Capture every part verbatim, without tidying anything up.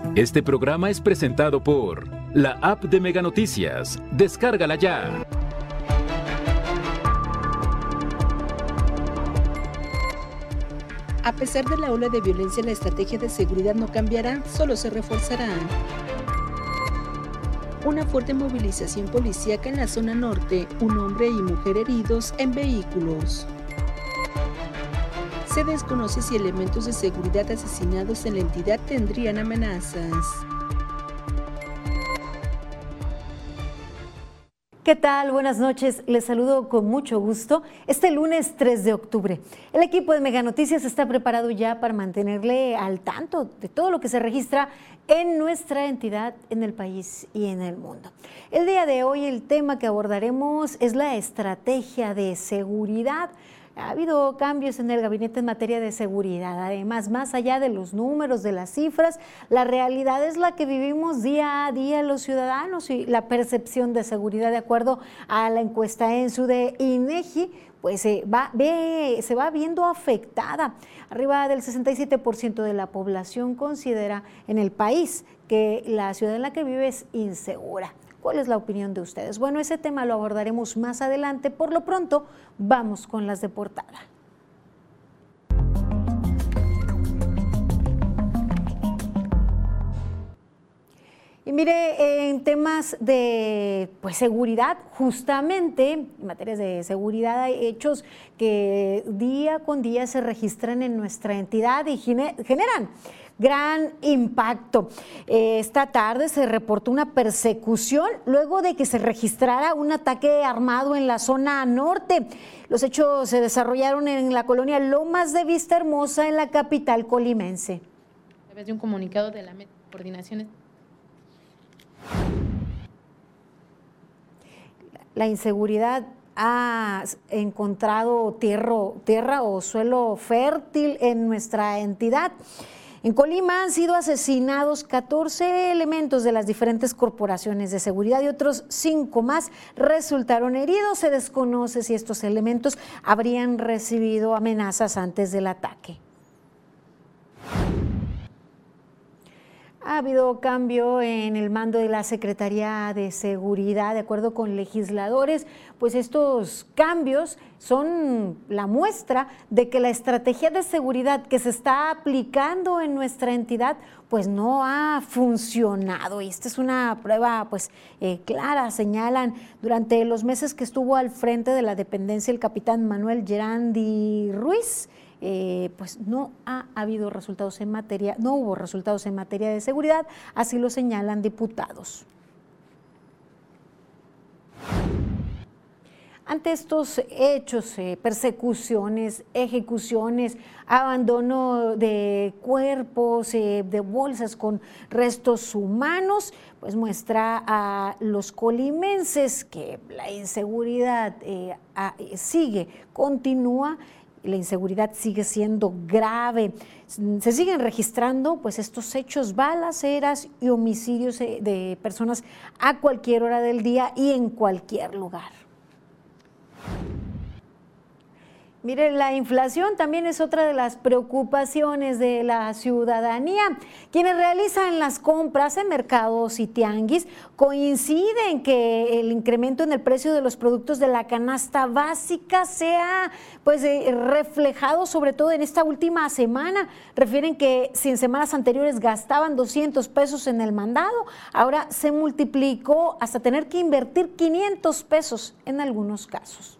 Este programa es presentado por la app de Mega Noticias. Descárgala ya. A pesar de la ola de violencia, la estrategia de seguridad no cambiará, solo se reforzará. Una fuerte movilización policíaca en la zona norte, un hombre y mujer heridos en vehículos. Se desconoce si elementos de seguridad asesinados en la entidad tendrían amenazas. ¿Qué tal? Buenas noches. Les saludo con mucho gusto. Este lunes tres de octubre, el equipo de Mega Noticias está preparado ya para mantenerle al tanto de todo lo que se registra en nuestra entidad, en el país y en el mundo. El día de hoy el tema que abordaremos es la estrategia de seguridad. Ha habido cambios en el gabinete en materia de seguridad. Además, más allá de los números, de las cifras, la realidad es la que vivimos día a día los ciudadanos y la percepción de seguridad, de acuerdo a la encuesta ENSU de INEGI, pues se va, ve, se va viendo afectada. Arriba del sesenta y siete por ciento de la población considera en el país que la ciudad en la que vive es insegura. ¿Cuál es la opinión de ustedes? Bueno, ese tema lo abordaremos más adelante. Por lo pronto, vamos con las de portada. Y mire, en temas de pues, seguridad, justamente en materias de seguridad hay hechos que día con día se registran en nuestra entidad y generan gran impacto. Esta tarde se reportó una persecución luego de que se registrara un ataque armado en la zona norte. Los hechos se desarrollaron en la colonia Lomas de Vistahermosa, en la capital colimense. A través de un comunicado de la coordinación. La inseguridad ha encontrado tierra, tierra o suelo fértil en nuestra entidad. En Colima han sido asesinados catorce elementos de las diferentes corporaciones de seguridad y otros cinco más resultaron heridos. Se desconoce si estos elementos habrían recibido amenazas antes del ataque. Ha habido cambio en el mando de la Secretaría de Seguridad, de acuerdo con legisladores, pues estos cambios son la muestra de que la estrategia de seguridad que se está aplicando en nuestra entidad pues no ha funcionado, y esta es una prueba pues eh, clara. Señalan, durante los meses que estuvo al frente de la dependencia el capitán Manuel Gerandi Ruiz, Eh, pues no ha habido resultados en materia, no hubo resultados en materia de seguridad, así lo señalan diputados. Ante estos hechos, eh, persecuciones, ejecuciones, abandono de cuerpos, eh, de bolsas con restos humanos, pues muestra a los colimenses que la inseguridad eh, a, sigue, continúa. La inseguridad sigue siendo grave. Se siguen registrando pues estos hechos, balaceras y homicidios de personas a cualquier hora del día y en cualquier lugar. Mire, la inflación también es otra de las preocupaciones de la ciudadanía. Quienes realizan las compras en mercados y tianguis coinciden que el incremento en el precio de los productos de la canasta básica se ha pues, eh, reflejado sobre todo en esta última semana. Refieren que si en semanas anteriores gastaban doscientos pesos en el mandado, ahora se multiplicó hasta tener que invertir quinientos pesos en algunos casos.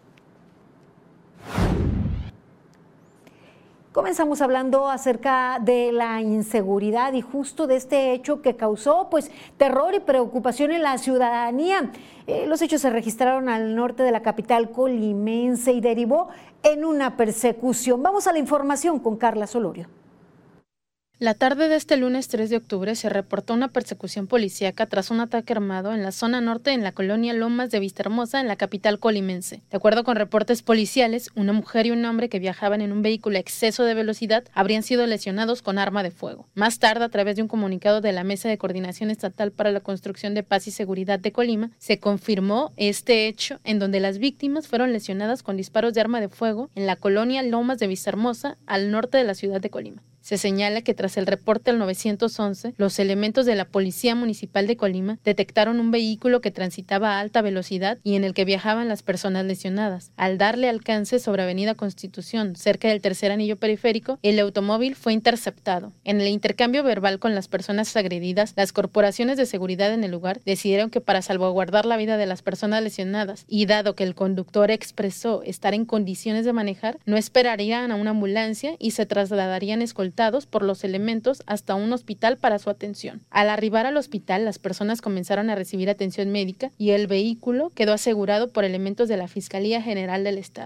Comenzamos hablando acerca de la inseguridad y justo de este hecho que causó pues terror y preocupación en la ciudadanía. Eh, los hechos se registraron al norte de la capital colimense y derivó en una persecución. Vamos a la información con Carla Solorio. La tarde de este lunes tres de octubre se reportó una persecución policíaca tras un ataque armado en la zona norte en la colonia Lomas de Vistahermosa, en la capital colimense. De acuerdo con reportes policiales, una mujer y un hombre que viajaban en un vehículo a exceso de velocidad habrían sido lesionados con arma de fuego. Más tarde, a través de un comunicado de la Mesa de Coordinación Estatal para la Construcción de Paz y Seguridad de Colima, se confirmó este hecho en donde las víctimas fueron lesionadas con disparos de arma de fuego en la colonia Lomas de Vistahermosa, al norte de la ciudad de Colima. Se señala que tras el reporte al nueve once, los elementos de la Policía Municipal de Colima detectaron un vehículo que transitaba a alta velocidad y en el que viajaban las personas lesionadas. Al darle alcance sobre Avenida Constitución, cerca del tercer anillo periférico, el automóvil fue interceptado. En el intercambio verbal con las personas agredidas, las corporaciones de seguridad en el lugar decidieron que para salvaguardar la vida de las personas lesionadas y dado que el conductor expresó estar en condiciones de manejar, no esperarían a una ambulancia y se trasladarían escoltados por los elementos hasta un hospital para su atención. Al arribar al hospital, las personas comenzaron a recibir atención médica y el vehículo quedó asegurado por elementos de la Fiscalía General del Estado.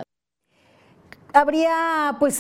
Habría pues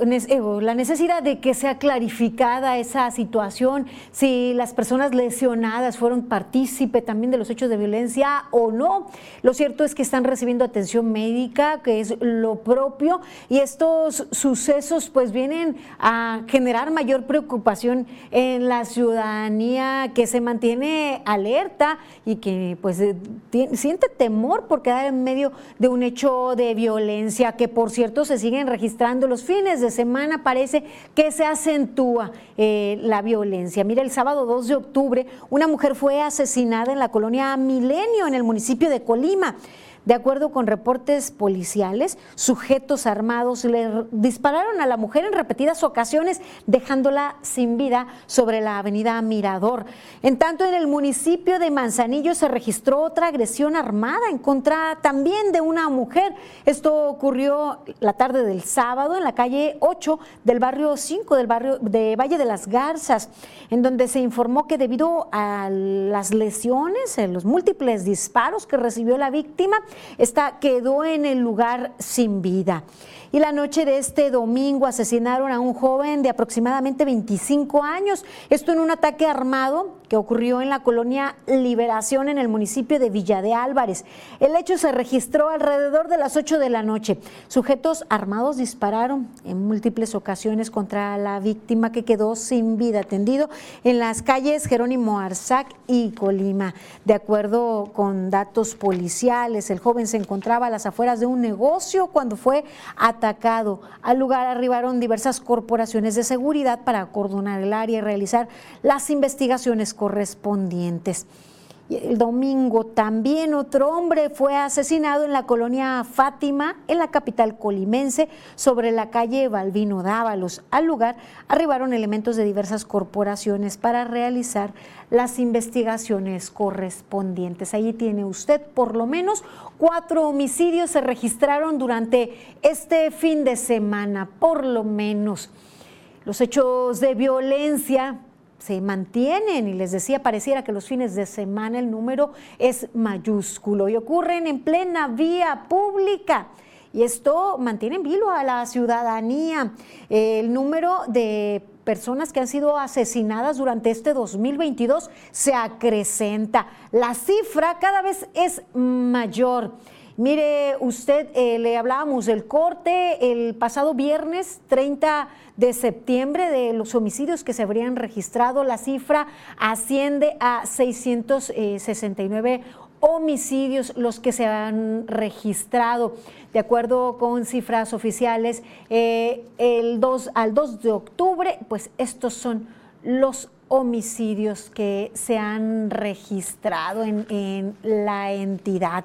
la necesidad de que sea clarificada esa situación, si las personas lesionadas fueron partícipe también de los hechos de violencia o no. Lo cierto es que están recibiendo atención médica, que es lo propio, y estos sucesos pues vienen a generar mayor preocupación en la ciudadanía, que se mantiene alerta y que pues tiene, siente temor por quedar en medio de un hecho de violencia, que por cierto se siguen registrando los fines de semana. Parece que se acentúa eh, la violencia. Mira, el sábado dos de octubre una mujer fue asesinada en la colonia Milenio, en el municipio de Colima. De acuerdo con reportes policiales, sujetos armados le dispararon a la mujer en repetidas ocasiones, dejándola sin vida sobre la avenida Mirador. En tanto, en el municipio de Manzanillo se registró otra agresión armada en contra también de una mujer. Esto ocurrió la tarde del sábado en la calle ocho del barrio cinco del barrio de Valle de las Garzas, en donde se informó que debido a las lesiones, los múltiples disparos que recibió la víctima, esta quedó en el lugar sin vida. Y la noche de este domingo asesinaron a un joven de aproximadamente veinticinco años, esto en un ataque armado que ocurrió en la colonia Liberación, en el municipio de Villa de Álvarez. El hecho se registró alrededor de las ocho de la noche. Sujetos armados dispararon en múltiples ocasiones contra la víctima, que quedó sin vida, tendido en las calles Jerónimo Arzac y Colima. De acuerdo con datos policiales, el joven se encontraba a las afueras de un negocio cuando fue atacado. Al lugar arribaron diversas corporaciones de seguridad para acordonar el área y realizar las investigaciones correspondientes. Y el domingo también otro hombre fue asesinado en la colonia Fátima, en la capital colimense, sobre la calle Balbino Dávalos. Al lugar arribaron elementos de diversas corporaciones para realizar las investigaciones correspondientes. Allí tiene usted por lo menos cuatro homicidios se registraron durante este fin de semana, por lo menos. Los hechos de violencia se mantienen y les decía, pareciera que los fines de semana el número es mayúsculo y ocurren en plena vía pública. Y esto mantiene en vilo a la ciudadanía. El número de personas que han sido asesinadas durante este dos mil veintidós se acrecenta. La cifra cada vez es mayor. Mire usted, eh, le hablábamos del corte el pasado viernes treinta de septiembre de los homicidios que se habrían registrado. La cifra asciende a seiscientos sesenta y nueve homicidios los que se han registrado. De acuerdo con cifras oficiales, eh, el dos, al dos de octubre, pues estos son los homicidios que se han registrado en, en la entidad.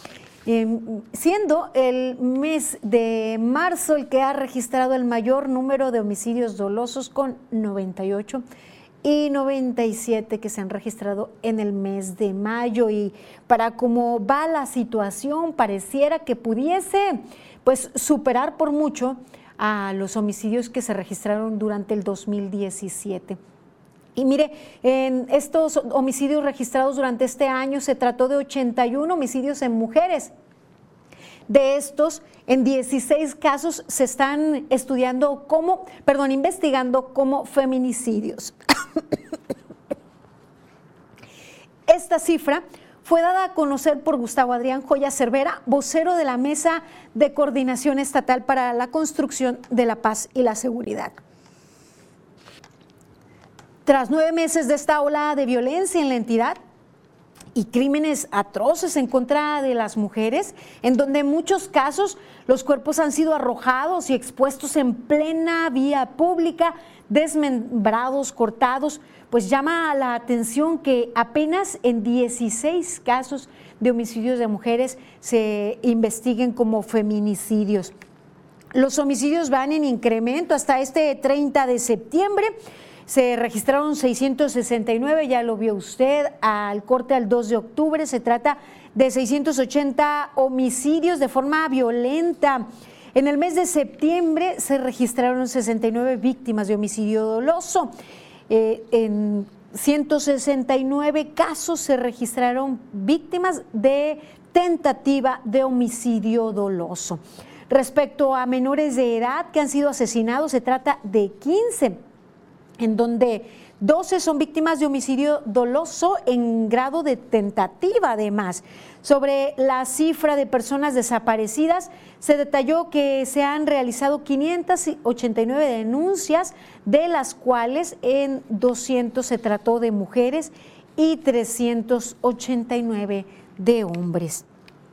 Eh, siendo el mes de marzo el que ha registrado el mayor número de homicidios dolosos, con noventa y ocho, y noventa y siete que se han registrado en el mes de mayo. Y para cómo va la situación, pareciera que pudiese pues superar por mucho a los homicidios que se registraron durante el dos mil diecisiete. Y mire, en estos homicidios registrados durante este año se trató de ochenta y uno homicidios en mujeres. De estos, en dieciséis casos se están estudiando como, perdón, investigando como feminicidios. Esta cifra fue dada a conocer por Gustavo Adrián Joya Cervera, vocero de la Mesa de Coordinación Estatal para la Construcción de la Paz y la Seguridad. Tras nueve meses de esta ola de violencia en la entidad, y crímenes atroces en contra de las mujeres, en donde en muchos casos los cuerpos han sido arrojados y expuestos en plena vía pública, desmembrados, cortados. Pues llama la atención que apenas en dieciséis casos de homicidios de mujeres se investiguen como feminicidios. Los homicidios van en incremento hasta este treinta de septiembre. Se registraron seiscientos sesenta y nueve, ya lo vio usted, al corte al dos de octubre. Se trata de seiscientos ochenta homicidios de forma violenta. En el mes de septiembre se registraron sesenta y nueve víctimas de homicidio doloso. Eh, en ciento sesenta y nueve casos se registraron víctimas de tentativa de homicidio doloso. Respecto a menores de edad que han sido asesinados, se trata de quince, en donde doce son víctimas de homicidio doloso en grado de tentativa además. Sobre la cifra de personas desaparecidas, se detalló que se han realizado quinientas ochenta y nueve denuncias, de las cuales en doscientos se trató de mujeres y trescientos ochenta y nueve de hombres.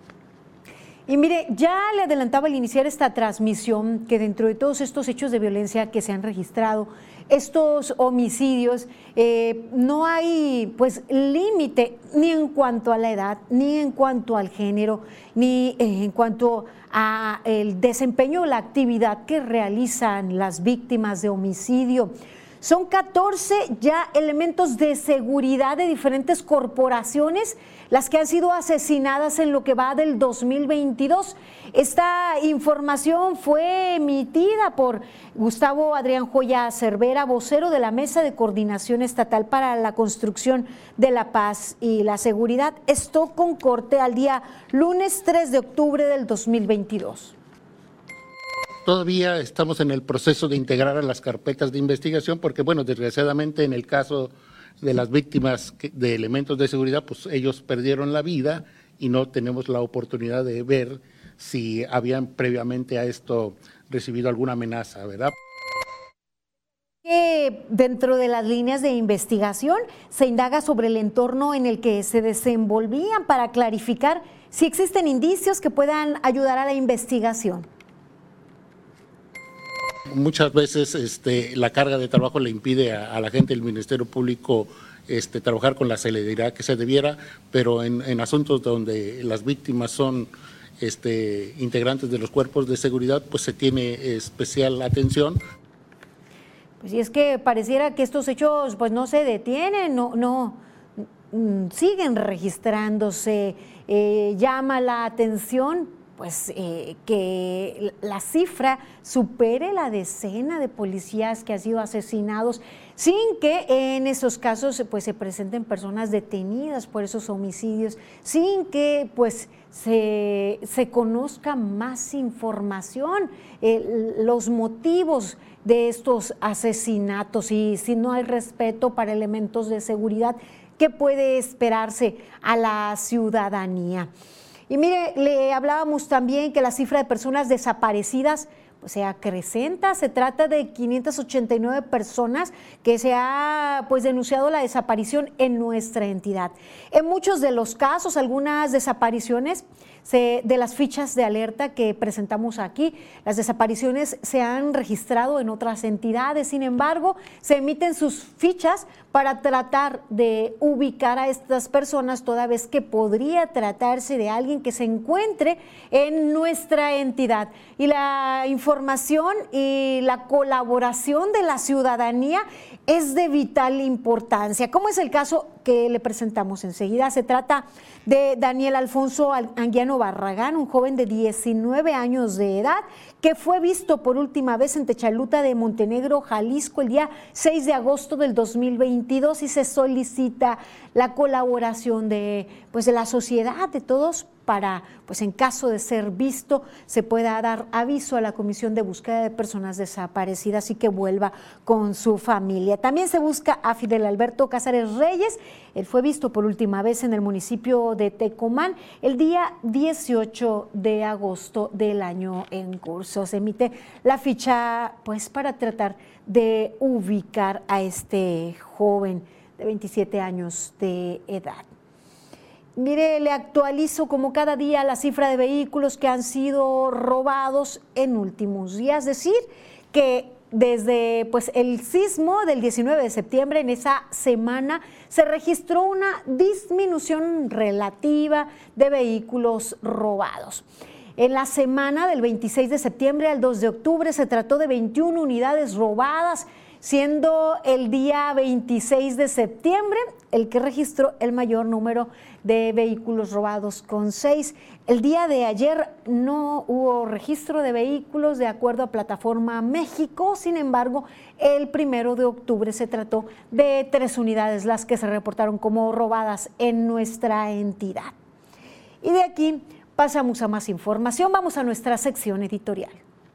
Y mire, ya le adelantaba al iniciar esta transmisión que dentro de todos estos hechos de violencia que se han registrado, estos homicidios, eh, no hay pues límite ni en cuanto a la edad, ni en cuanto al género, ni eh, en cuanto a el desempeño o la actividad que realizan las víctimas de homicidio. Son catorce ya elementos de seguridad de diferentes corporaciones las que han sido asesinadas en lo que va del dos mil veintidós. Esta información fue emitida por Gustavo Adrián Joya Cervera, vocero de la Mesa de Coordinación Estatal para la Construcción de la Paz y la Seguridad. Esto con corte al día lunes tres de octubre del dos mil veintidós. Todavía estamos en el proceso de integrar a las carpetas de investigación porque, bueno, desgraciadamente en el caso de las víctimas de elementos de seguridad, pues ellos perdieron la vida y no tenemos la oportunidad de ver si habían previamente a esto recibido alguna amenaza, ¿verdad? Dentro de las líneas de investigación se indaga sobre el entorno en el que se desenvolvían para clarificar si existen indicios que puedan ayudar a la investigación. Muchas veces este, la carga de trabajo le impide a, a la gente del Ministerio Público este, trabajar con la celeridad que se debiera, pero en, en asuntos donde las víctimas son este, integrantes de los cuerpos de seguridad, pues se tiene especial atención. Pues y es que pareciera que estos hechos pues no se detienen, no, no siguen registrándose, eh, llama la atención pues eh, que la cifra supere la decena de policías que han sido asesinados sin que en esos casos pues se presenten personas detenidas por esos homicidios, sin que pues se, se conozca más información, eh, los motivos de estos asesinatos, y si no hay respeto para elementos de seguridad, ¿qué puede esperarse a la ciudadanía? Y mire, le hablábamos también que la cifra de personas desaparecidas pues se acrecenta. Se trata de quinientas ochenta y nueve personas que se ha pues denunciado la desaparición en nuestra entidad. En muchos de los casos, algunas desapariciones se, de las fichas de alerta que presentamos aquí, las desapariciones se han registrado en otras entidades. Sin embargo, se emiten sus fichas para tratar de ubicar a estas personas, toda vez que podría tratarse de alguien que se encuentre en nuestra entidad. Y la información y la colaboración de la ciudadanía es de vital importancia, como es el caso que le presentamos enseguida. Se trata de Daniel Alfonso Anguiano Barragán, un joven de diecinueve años de edad que fue visto por última vez en Techaluta de Montenegro, Jalisco, el día seis de agosto del dos mil veintidós, y se solicita la colaboración de, pues, de la sociedad, de todos, para, pues en caso de ser visto, se pueda dar aviso a la Comisión de Búsqueda de Personas Desaparecidas y que vuelva con su familia. También se busca a Fidel Alberto Cázares Reyes. Él fue visto por última vez en el municipio de Tecomán el día dieciocho de agosto del año en curso. Se emite la ficha pues para tratar de ubicar a este joven de veintisiete años de edad. Mire, le actualizo como cada día la cifra de vehículos que han sido robados en últimos días, es decir, que desde pues, el sismo del diecinueve de septiembre, en esa semana, se registró una disminución relativa de vehículos robados. En la semana del veintiséis de septiembre al dos de octubre se trató de veintiuna unidades robadas, siendo el día veintiséis de septiembre el que registró el mayor número de vehículos robados, con seis. El día de ayer no hubo registro de vehículos de acuerdo a Plataforma México, sin embargo, el primero de octubre se trató de tres unidades las que se reportaron como robadas en nuestra entidad. Y de aquí pasamos a más información, vamos a nuestra sección editorial.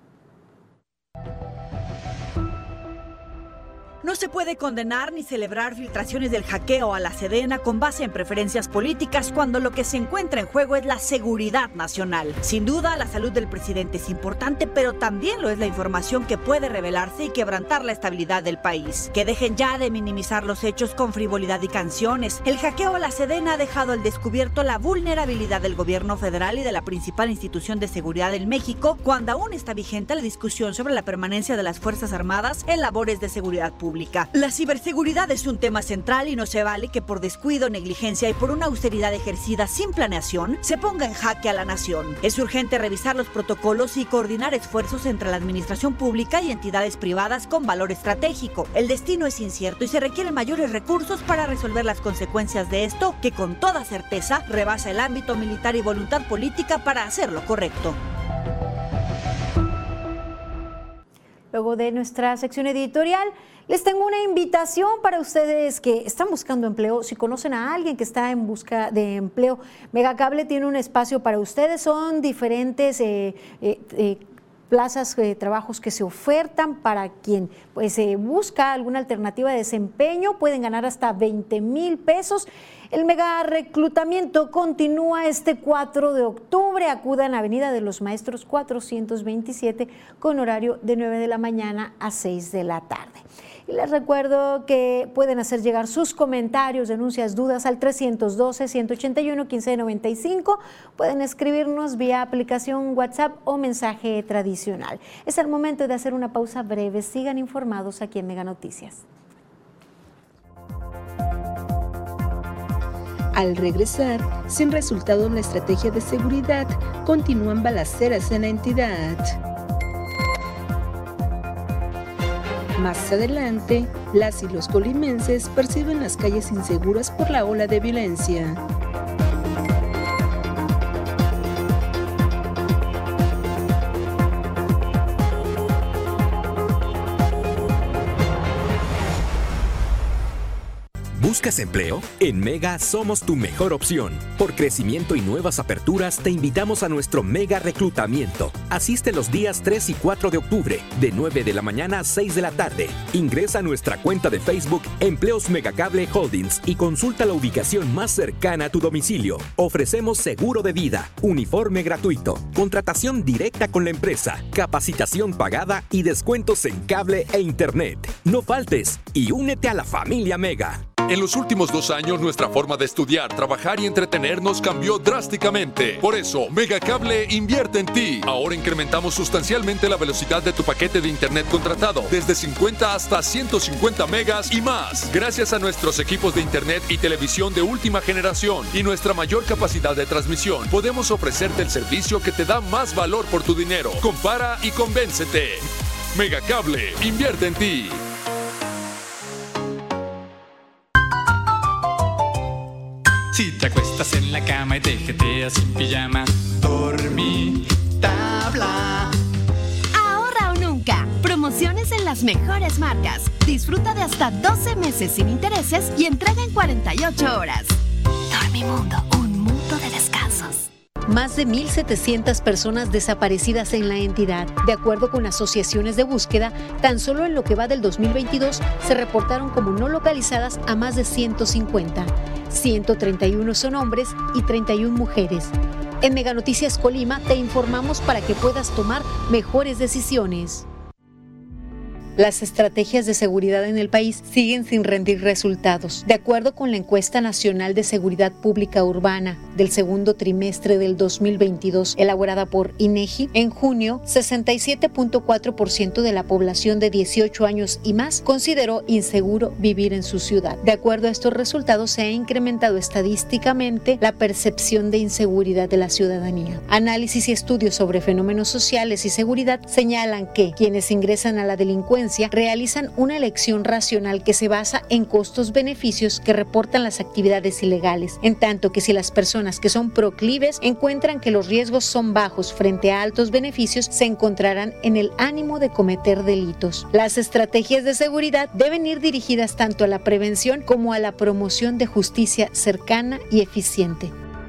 No se puede condenar ni celebrar filtraciones del hackeo a la Sedena con base en preferencias políticas cuando lo que se encuentra en juego es la seguridad nacional. Sin duda, la salud del presidente es importante, pero también lo es la información que puede revelarse y quebrantar la estabilidad del país. Que dejen ya de minimizar los hechos con frivolidad y canciones. El hackeo a la Sedena ha dejado al descubierto la vulnerabilidad del gobierno federal y de la principal institución de seguridad en México, cuando aún está vigente la discusión sobre la permanencia de las Fuerzas Armadas en labores de seguridad pública. La ciberseguridad es un tema central y no se vale que por descuido, negligencia y por una austeridad ejercida sin planeación se ponga en jaque a la nación. Es urgente revisar los protocolos y coordinar esfuerzos entre la administración pública y entidades privadas con valor estratégico. El destino es incierto y se requieren mayores recursos para resolver las consecuencias de esto, que con toda certeza rebasa el ámbito militar y voluntad política para hacer lo correcto. Luego de nuestra sección editorial, les tengo una invitación para ustedes que están buscando empleo. Si conocen a alguien que está en busca de empleo, Megacable tiene un espacio para ustedes. Son diferentes eh, eh, eh, plazas de trabajos que se ofertan para quien pues, eh, busca alguna alternativa de desempeño. Pueden ganar hasta veinte mil pesos. El mega reclutamiento continúa este cuatro de octubre. Acudan a Avenida de los Maestros cuatrocientos veintisiete con horario de nueve de la mañana a seis de la tarde. Y les recuerdo que pueden hacer llegar sus comentarios, denuncias, dudas al trescientos doce, ciento ochenta y uno, quince noventa y cinco. Pueden escribirnos vía aplicación WhatsApp o mensaje tradicional. Es el momento de hacer una pausa breve. Sigan informados aquí en Mega Noticias. Al regresar, sin resultado en la estrategia de seguridad, continúan balaceras en la entidad. Más adelante, las y los colimenses perciben las calles inseguras por la ola de violencia. ¿Buscas empleo? En Mega somos tu mejor opción. Por crecimiento y nuevas aperturas, te invitamos a nuestro Mega Reclutamiento. Asiste los días tres y cuatro de octubre, de nueve de la mañana a seis de la tarde. Ingresa a nuestra cuenta de Facebook Empleos Megacable Holdings y consulta la ubicación más cercana a tu domicilio. Ofrecemos seguro de vida, uniforme gratuito, contratación directa con la empresa, capacitación pagada y descuentos en cable e internet. No faltes y únete a la familia Mega. En los últimos dos años, nuestra forma de estudiar, trabajar y entretenernos cambió drásticamente. Por eso, Megacable invierte en ti. Ahora incrementamos sustancialmente la velocidad de tu paquete de internet contratado, desde cincuenta hasta ciento cincuenta megas y más. Gracias a nuestros equipos de internet y televisión de última generación y nuestra mayor capacidad de transmisión, podemos ofrecerte el servicio que te da más valor por tu dinero. Compara y convéncete. Megacable invierte en ti. Si te acuestas en la cama y te jeteas sin pijama, dormí tabla. Ahorra o nunca. Promociones en las mejores marcas. Disfruta de hasta doce meses sin intereses y entrega en cuarenta y ocho horas. Dormimundo, un mundo de descansos. Más de mil setecientas personas desaparecidas en la entidad. De acuerdo con asociaciones de búsqueda, tan solo en lo que va del dos mil veintidós se reportaron como no localizadas a más de ciento cincuenta. ciento treinta y uno son hombres y treinta y una mujeres. En Mega Noticias Colima te informamos para que puedas tomar mejores decisiones. Las estrategias de seguridad en el país siguen sin rendir resultados. De acuerdo con la encuesta nacional de seguridad pública urbana del segundo trimestre del dos mil veintidós, elaborada por INEGI, en junio, sesenta y siete punto cuatro por ciento de la población de dieciocho años y más consideró inseguro vivir en su ciudad. De acuerdo a estos resultados, se ha incrementado estadísticamente la percepción de inseguridad de la ciudadanía. Análisis y estudios sobre fenómenos sociales y seguridad señalan que quienes ingresan a la delincuencia realizan una elección racional que se basa en costos-beneficios que reportan las actividades ilegales, en tanto que si las personas que son proclives encuentran que los riesgos son bajos frente a altos beneficios, se encontrarán en el ánimo de cometer delitos. Las estrategias de seguridad deben ir dirigidas tanto a la prevención como a la promoción de justicia cercana y eficiente.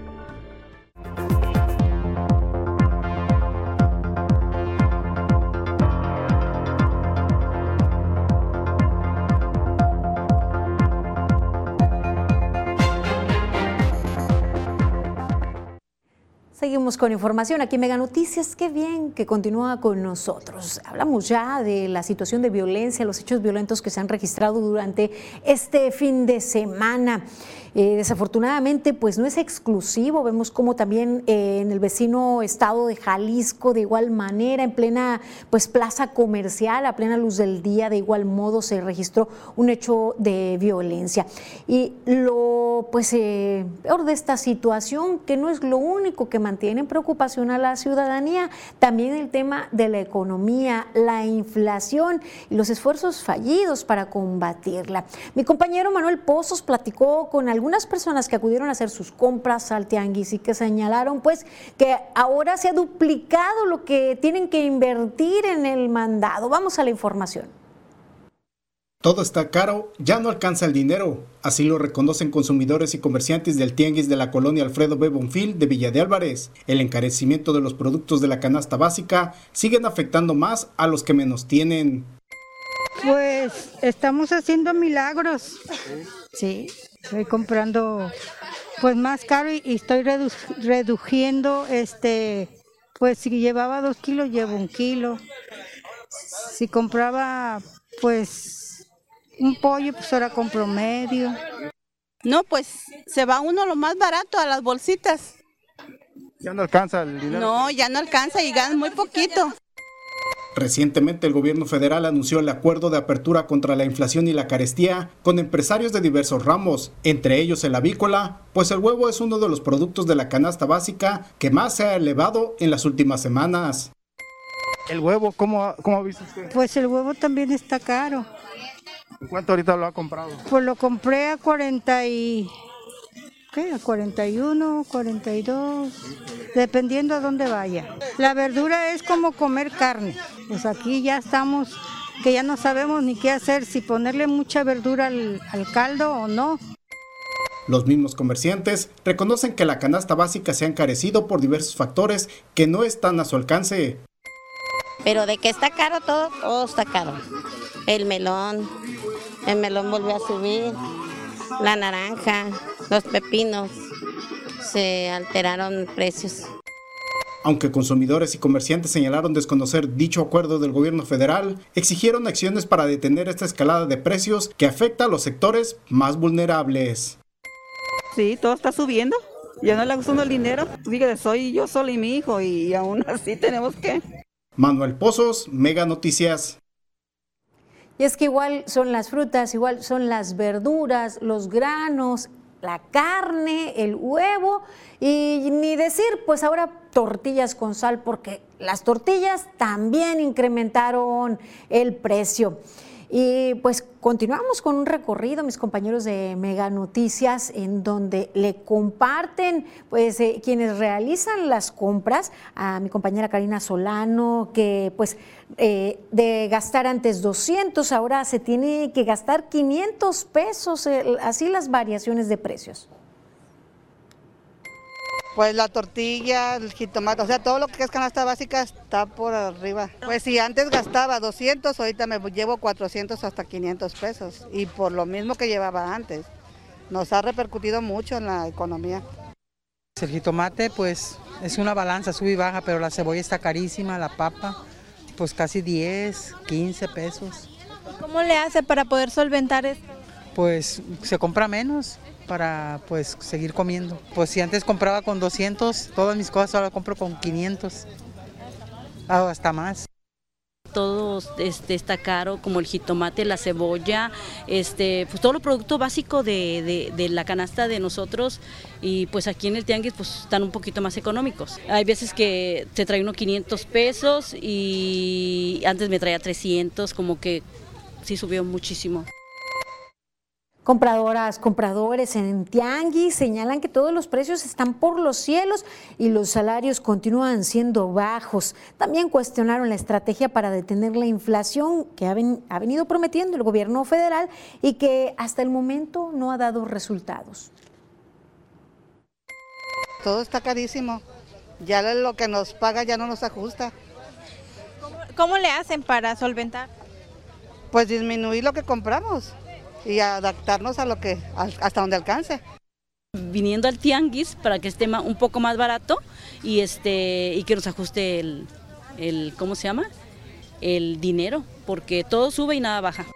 Seguimos con información aquí en Mega Noticias. Qué bien que continúa con nosotros. Hablamos ya de la situación de violencia, los hechos violentos que se han registrado durante este fin de semana. Eh, desafortunadamente, pues no es exclusivo. Vemos como también eh, en el vecino estado de Jalisco, de igual manera, en plena pues plaza comercial, a plena luz del día, de igual modo se registró un hecho de violencia. Y lo pues eh, peor de esta situación, que no es lo único que mantiene en preocupación a la ciudadanía, también el tema de la economía, la inflación y los esfuerzos fallidos para combatirla. Mi compañero Manuel Pozos platicó con algunos algunas personas que acudieron a hacer sus compras al tianguis y que señalaron pues que ahora se ha duplicado lo que tienen que invertir en el mandado. Vamos a la información. Todo está caro, ya no alcanza el dinero. Así lo reconocen consumidores y comerciantes del tianguis de la colonia Alfredo B. Bonfil de Villa de Álvarez. El encarecimiento de los productos de la canasta básica siguen afectando más a los que menos tienen. Pues estamos haciendo milagros. Sí, estoy comprando pues más caro y, y estoy redu reduciendo, este, pues si llevaba dos kilos, llevo un kilo. Si compraba pues un pollo, pues ahora compro medio. No, pues se va uno lo más barato a las bolsitas. ¿Ya no alcanza el dinero? No, ya no alcanza y ganan muy poquito. Recientemente el gobierno federal anunció el acuerdo de apertura contra la inflación y la carestía con empresarios de diversos ramos, entre ellos el avícola, pues el huevo es uno de los productos de la canasta básica que más se ha elevado en las últimas semanas. ¿El huevo cómo, cómo ha visto usted? Pues el huevo también está caro. ¿Cuánto ahorita lo ha comprado? Pues lo compré a cuarenta y... ¿Qué? A cuarenta y uno, cuarenta y dos, dependiendo a dónde vaya. La verdura es como comer carne. Pues aquí ya estamos, que ya no sabemos ni qué hacer, si ponerle mucha verdura al, al caldo o no. Los mismos comerciantes reconocen que la canasta básica se ha encarecido por diversos factores que no están a su alcance. Pero de que está caro todo, todo está caro. El melón, el melón volvió a subir, la naranja, los pepinos, se alteraron precios. Aunque consumidores y comerciantes señalaron desconocer dicho acuerdo del gobierno federal, exigieron acciones para detener esta escalada de precios que afecta a los sectores más vulnerables. Sí, todo está subiendo. Ya no le gusta el dinero. Fíjate, soy yo sola y mi hijo y aún así tenemos que... Manuel Pozos, Mega Noticias. Y es que igual son las frutas, igual son las verduras, los granos, la carne, el huevo y ni decir, pues ahora tortillas con sal, porque las tortillas también incrementaron el precio. Y pues continuamos con un recorrido, mis compañeros de Mega Noticias, en donde le comparten pues eh, quienes realizan las compras, a mi compañera Karina Solano, que pues eh, de gastar antes doscientos, ahora se tiene que gastar quinientos pesos, eh, así las variaciones de precios. Pues la tortilla, el jitomate, o sea, todo lo que es canasta básica está por arriba. Pues si antes gastaba doscientos, ahorita me llevo cuatrocientos hasta quinientos pesos. Y por lo mismo que llevaba antes. Nos ha repercutido mucho en la economía. El jitomate, pues, es una balanza, sube y baja, pero la cebolla está carísima, la papa, pues casi diez, quince pesos. ¿Cómo le hace para poder solventar esto? Pues se compra menos para pues seguir comiendo. Pues si antes compraba con doscientos, todas mis cosas ahora compro con quinientos, hasta más. Todo este, está caro, como el jitomate, la cebolla, este, pues todo lo producto básico de, de, de la canasta de nosotros, y pues aquí en el tianguis pues están un poquito más económicos. Hay veces que se trae unos quinientos pesos y antes me traía trescientos, como que sí subió muchísimo. Compradoras, compradores en tianguis señalan que todos los precios están por los cielos y los salarios continúan siendo bajos. También cuestionaron la estrategia para detener la inflación que ha, ven, ha venido prometiendo el gobierno federal y que hasta el momento no ha dado resultados. Todo está carísimo, ya lo que nos paga ya no nos ajusta. ¿Cómo, cómo le hacen para solventar? Pues disminuir lo que compramos y adaptarnos a lo que hasta donde alcance. Viniendo al tianguis para que esté un poco más barato y este y que nos ajuste el, el ¿cómo se llama? El dinero, porque todo sube y nada baja.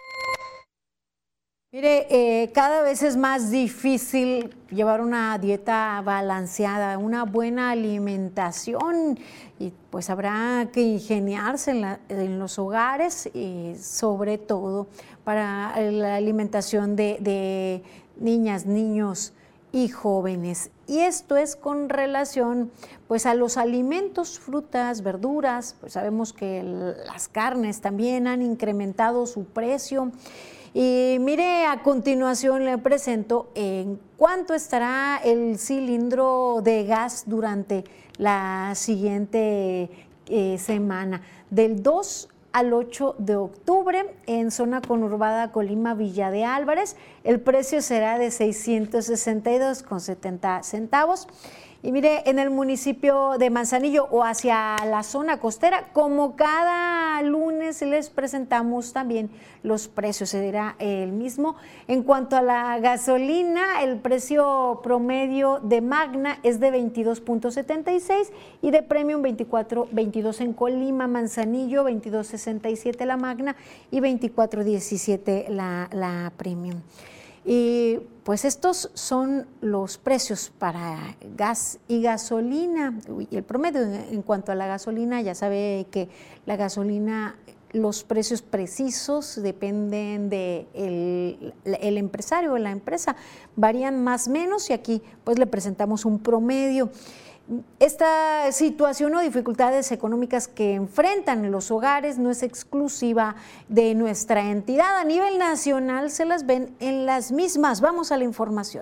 Mire, eh, cada vez es más difícil llevar una dieta balanceada, una buena alimentación, y pues habrá que ingeniarse en, la, en los hogares y sobre todo para la alimentación de, de niñas, niños y jóvenes. Y esto es con relación pues a los alimentos, frutas, verduras. Pues sabemos que el, las carnes también han incrementado su precio. Y mire, a continuación le presento en cuánto estará el cilindro de gas durante la siguiente eh, semana, del dos al ocho de octubre, en zona conurbada Colima, Villa de Álvarez. El precio será de seiscientos sesenta y dos con setenta centavos. Y mire, en el municipio de Manzanillo o hacia la zona costera, como cada lunes les presentamos también los precios, será el mismo. En cuanto a la gasolina, el precio promedio de Magna es de veintidós punto setenta y seis y de Premium veinticuatro veintidós en Colima, Manzanillo veintidós sesenta y siete la Magna y veinticuatro diecisiete la, la Premium. Y pues estos son los precios para gas y gasolina. Y el promedio en cuanto a la gasolina, ya sabe que la gasolina, los precios precisos dependen de el, el empresario o la empresa, varían más o menos, y aquí pues le presentamos un promedio. Esta situación o dificultades económicas que enfrentan los hogares no es exclusiva de nuestra entidad. A nivel nacional se las ven en las mismas. Vamos a la información.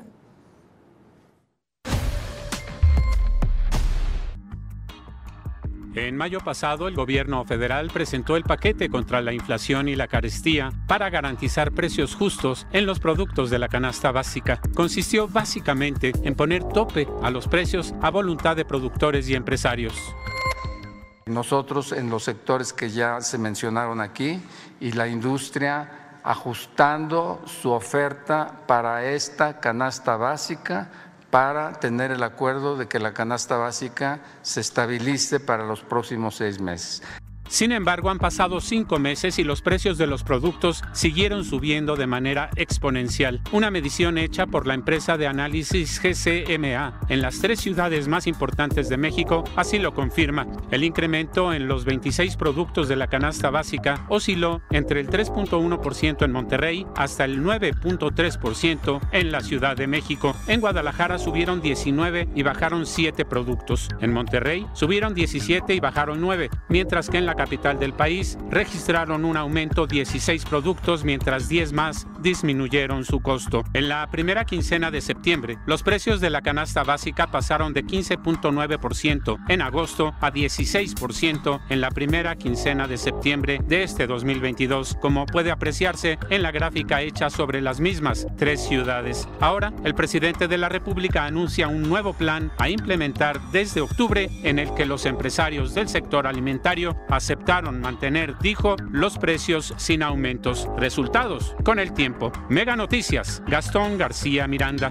En mayo pasado, el gobierno federal presentó el paquete contra la inflación y la carestía para garantizar precios justos en los productos de la canasta básica. Consistió básicamente en poner tope a los precios a voluntad de productores y empresarios. Nosotros en los sectores que ya se mencionaron aquí y la industria ajustando su oferta para esta canasta básica, para tener el acuerdo de que la canasta básica se estabilice para los próximos seis meses. Sin embargo, han pasado cinco meses y los precios de los productos siguieron subiendo de manera exponencial. Una medición hecha por la empresa de análisis G C M A en las tres ciudades más importantes de México así lo confirma. El incremento en los veintiséis productos de la canasta básica osciló entre el tres punto uno por ciento en Monterrey hasta el nueve punto tres por ciento en la Ciudad de México. En Guadalajara subieron diecinueve y bajaron siete productos. En Monterrey subieron diecisiete y bajaron nueve, mientras que en la capital del país registraron un aumento dieciséis productos, mientras diez más disminuyeron su costo. En la primera quincena de septiembre, los precios de la canasta básica pasaron de quince punto nueve por ciento en agosto a dieciséis por ciento en la primera quincena de septiembre de este dos mil veintidós, como puede apreciarse en la gráfica hecha sobre las mismas tres ciudades. Ahora, el presidente de la República anuncia un nuevo plan a implementar desde octubre, en el que los empresarios del sector alimentario aceptaron mantener, dijo, los precios sin aumentos. Resultados con el tiempo. Mega Noticias, Gastón García Miranda.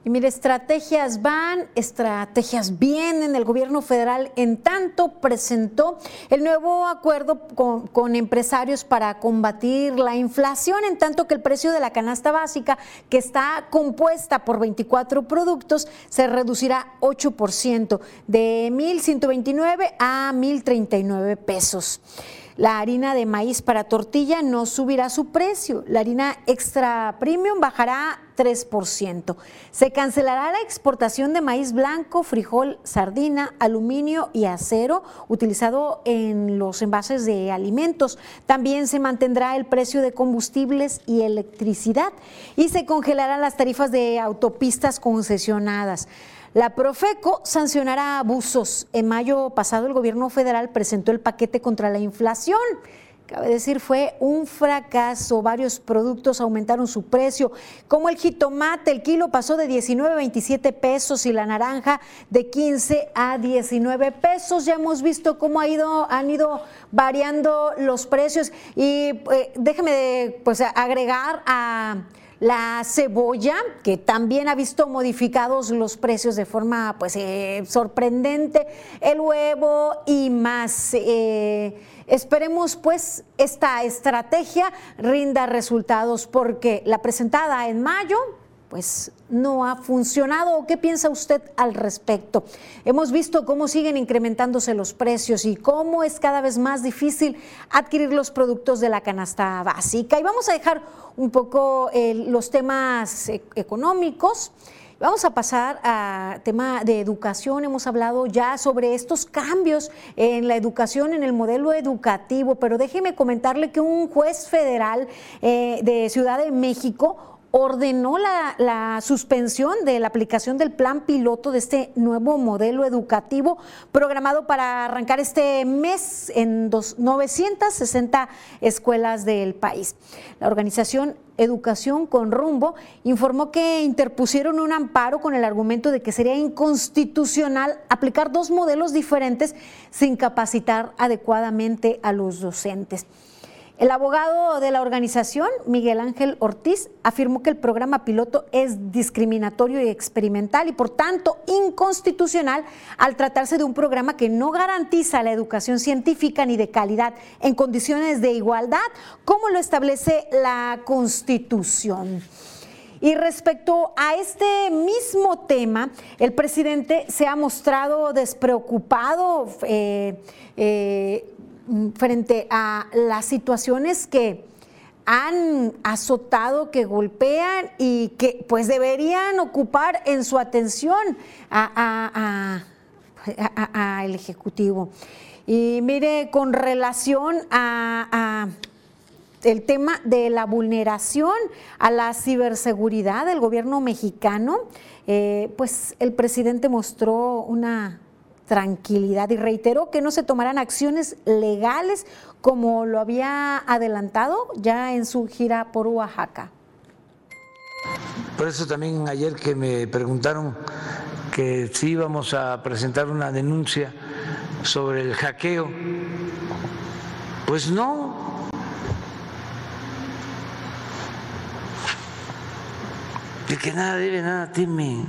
Y mire, estrategias van, estrategias vienen. El gobierno federal, en tanto, presentó el nuevo acuerdo con, con empresarios para combatir la inflación, en tanto que el precio de la canasta básica, que está compuesta por veinticuatro productos, se reducirá ocho por ciento, de mil ciento veintinueve a mil treinta y nueve pesos. La harina de maíz para tortilla no subirá su precio. La harina extra premium bajará tres por ciento. Se cancelará la exportación de maíz blanco, frijol, sardina, aluminio y acero utilizado en los envases de alimentos. También se mantendrá el precio de combustibles y electricidad y se congelarán las tarifas de autopistas concesionadas. La Profeco sancionará abusos. En mayo pasado el gobierno federal presentó el paquete contra la inflación. Cabe decir, fue un fracaso. Varios productos aumentaron su precio, como el jitomate. El kilo pasó de diecinueve a veintisiete pesos y la naranja de quince a diecinueve pesos. Ya hemos visto cómo ha ido, han ido variando los precios. Y eh, déjeme pues, agregar a la cebolla, que también ha visto modificados los precios de forma pues eh, sorprendente, el huevo y más. Eh, esperemos pues esta estrategia rinda resultados, porque la presentada en mayo pues no ha funcionado. ¿Qué piensa usted al respecto? Hemos visto cómo siguen incrementándose los precios y cómo es cada vez más difícil adquirir los productos de la canasta básica. Y vamos a dejar un poco eh, los temas e- económicos. Vamos a pasar a tema de educación. Hemos hablado ya sobre estos cambios en la educación, en el modelo educativo, pero déjeme comentarle que un juez federal eh, de Ciudad de México ordenó la, la suspensión de la aplicación del plan piloto de este nuevo modelo educativo programado para arrancar este mes en dos, novecientas sesenta escuelas del país. La organización Educación con Rumbo informó que interpusieron un amparo con el argumento de que sería inconstitucional aplicar dos modelos diferentes sin capacitar adecuadamente a los docentes. El abogado de la organización, Miguel Ángel Ortiz, afirmó que el programa piloto es discriminatorio y experimental y por tanto inconstitucional al tratarse de un programa que no garantiza la educación científica ni de calidad en condiciones de igualdad, como lo establece la Constitución. Y respecto a este mismo tema, el presidente se ha mostrado despreocupado eh, eh, frente a las situaciones que han azotado, que golpean y que pues deberían ocupar en su atención a, a, a, a, a el Ejecutivo. Y mire, con relación a, a el tema de la vulneración a la ciberseguridad del gobierno mexicano, eh, pues el presidente mostró una tranquilidad y reiteró que no se tomarán acciones legales como lo había adelantado ya en su gira por Oaxaca. Por eso también ayer que me preguntaron que si íbamos a presentar una denuncia sobre el hackeo, pues no. De que nada debe, nada teme.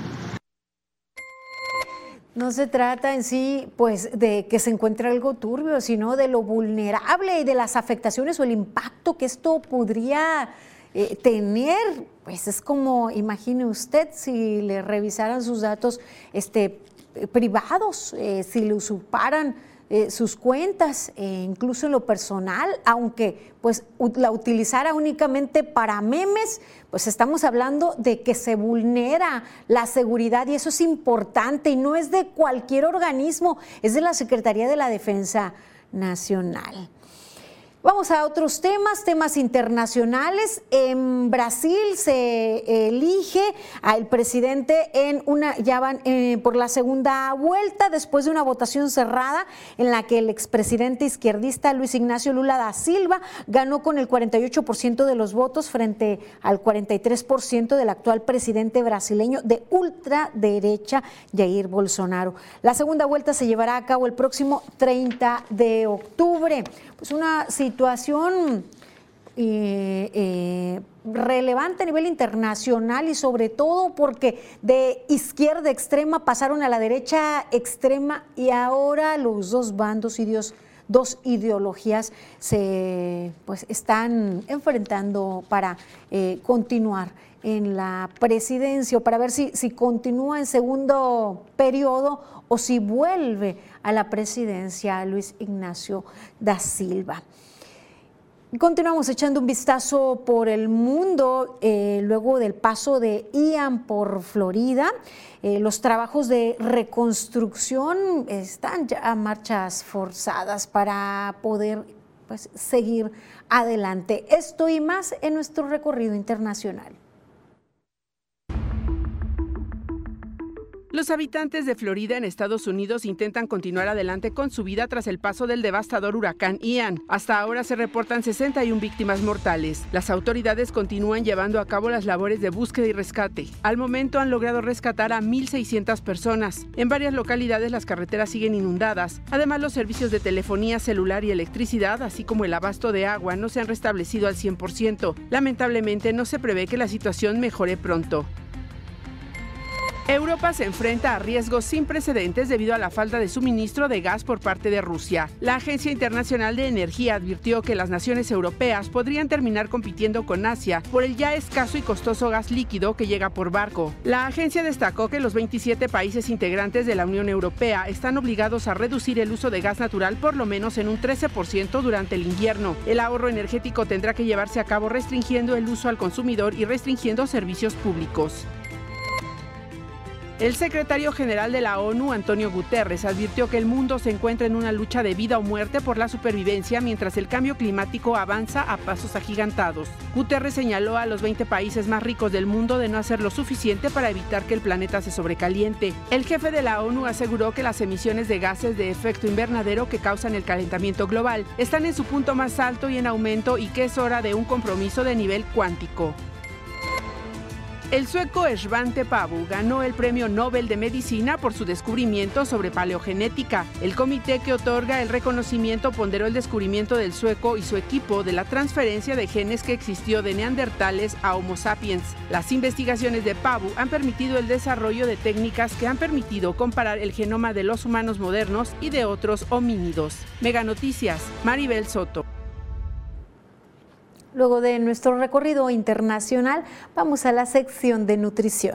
No se trata en sí pues de que se encuentre algo turbio, sino de lo vulnerable y de las afectaciones o el impacto que esto podría eh, tener. Pues es como, imagine usted, si le revisaran sus datos este, privados, eh, si le usurparan eh, sus cuentas, eh, incluso en lo personal, aunque pues la utilizara únicamente para memes, pues estamos hablando de que se vulnera la seguridad y eso es importante y no es de cualquier organismo, es de la Secretaría de la Defensa Nacional. Vamos a otros temas, temas internacionales. En Brasil se elige al presidente en una, ya van eh, por la segunda vuelta después de una votación cerrada en la que el expresidente izquierdista Luis Ignacio Lula da Silva ganó con el cuarenta y ocho por ciento de los votos frente al cuarenta y tres por ciento del actual presidente brasileño de ultraderecha Jair Bolsonaro. La segunda vuelta se llevará a cabo el próximo treinta de octubre. Pues una situación eh, eh, relevante a nivel internacional y sobre todo porque de izquierda extrema pasaron a la derecha extrema y ahora los dos bandos y Dios, dos ideologías se pues, están enfrentando para eh, continuar en la presidencia o para ver si, si continúa en segundo periodo o si vuelve a la presidencia Luis Ignacio da Silva. Continuamos echando un vistazo por el mundo, eh, luego del paso de Ian por Florida. Eh, los trabajos de reconstrucción están ya a marchas forzadas para poder pues, seguir adelante. Esto y más en nuestro recorrido internacional. Los habitantes de Florida en Estados Unidos intentan continuar adelante con su vida tras el paso del devastador huracán Ian. Hasta ahora se reportan sesenta y una víctimas mortales. Las autoridades continúan llevando a cabo las labores de búsqueda y rescate. Al momento han logrado rescatar a mil seiscientas personas. En varias localidades las carreteras siguen inundadas. Además, los servicios de telefonía celular y electricidad, así como el abasto de agua, no se han restablecido al cien por ciento. Lamentablemente, no se prevé que la situación mejore pronto. Europa se enfrenta a riesgos sin precedentes debido a la falta de suministro de gas por parte de Rusia. La Agencia Internacional de Energía advirtió que las naciones europeas podrían terminar compitiendo con Asia por el ya escaso y costoso gas líquido que llega por barco. La agencia destacó que los veintisiete países integrantes de la Unión Europea están obligados a reducir el uso de gas natural por lo menos en un trece por ciento durante el invierno. El ahorro energético tendrá que llevarse a cabo restringiendo el uso al consumidor y restringiendo servicios públicos. El secretario general de la ONU, Antonio Guterres, advirtió que el mundo se encuentra en una lucha de vida o muerte por la supervivencia mientras el cambio climático avanza a pasos agigantados. Guterres señaló a los veinte países más ricos del mundo de no hacer lo suficiente para evitar que el planeta se sobrecaliente. El jefe de la ONU aseguró que las emisiones de gases de efecto invernadero que causan el calentamiento global están en su punto más alto y en aumento y que es hora de un compromiso de nivel cuántico. El sueco Svante Pääbo ganó el Premio Nobel de Medicina por su descubrimiento sobre paleogenética. El comité que otorga el reconocimiento ponderó el descubrimiento del sueco y su equipo de la transferencia de genes que existió de neandertales a Homo sapiens. Las investigaciones de Pääbo han permitido el desarrollo de técnicas que han permitido comparar el genoma de los humanos modernos y de otros homínidos. Mega Noticias, Maribel Soto. Luego de nuestro recorrido internacional, vamos a la sección de nutrición.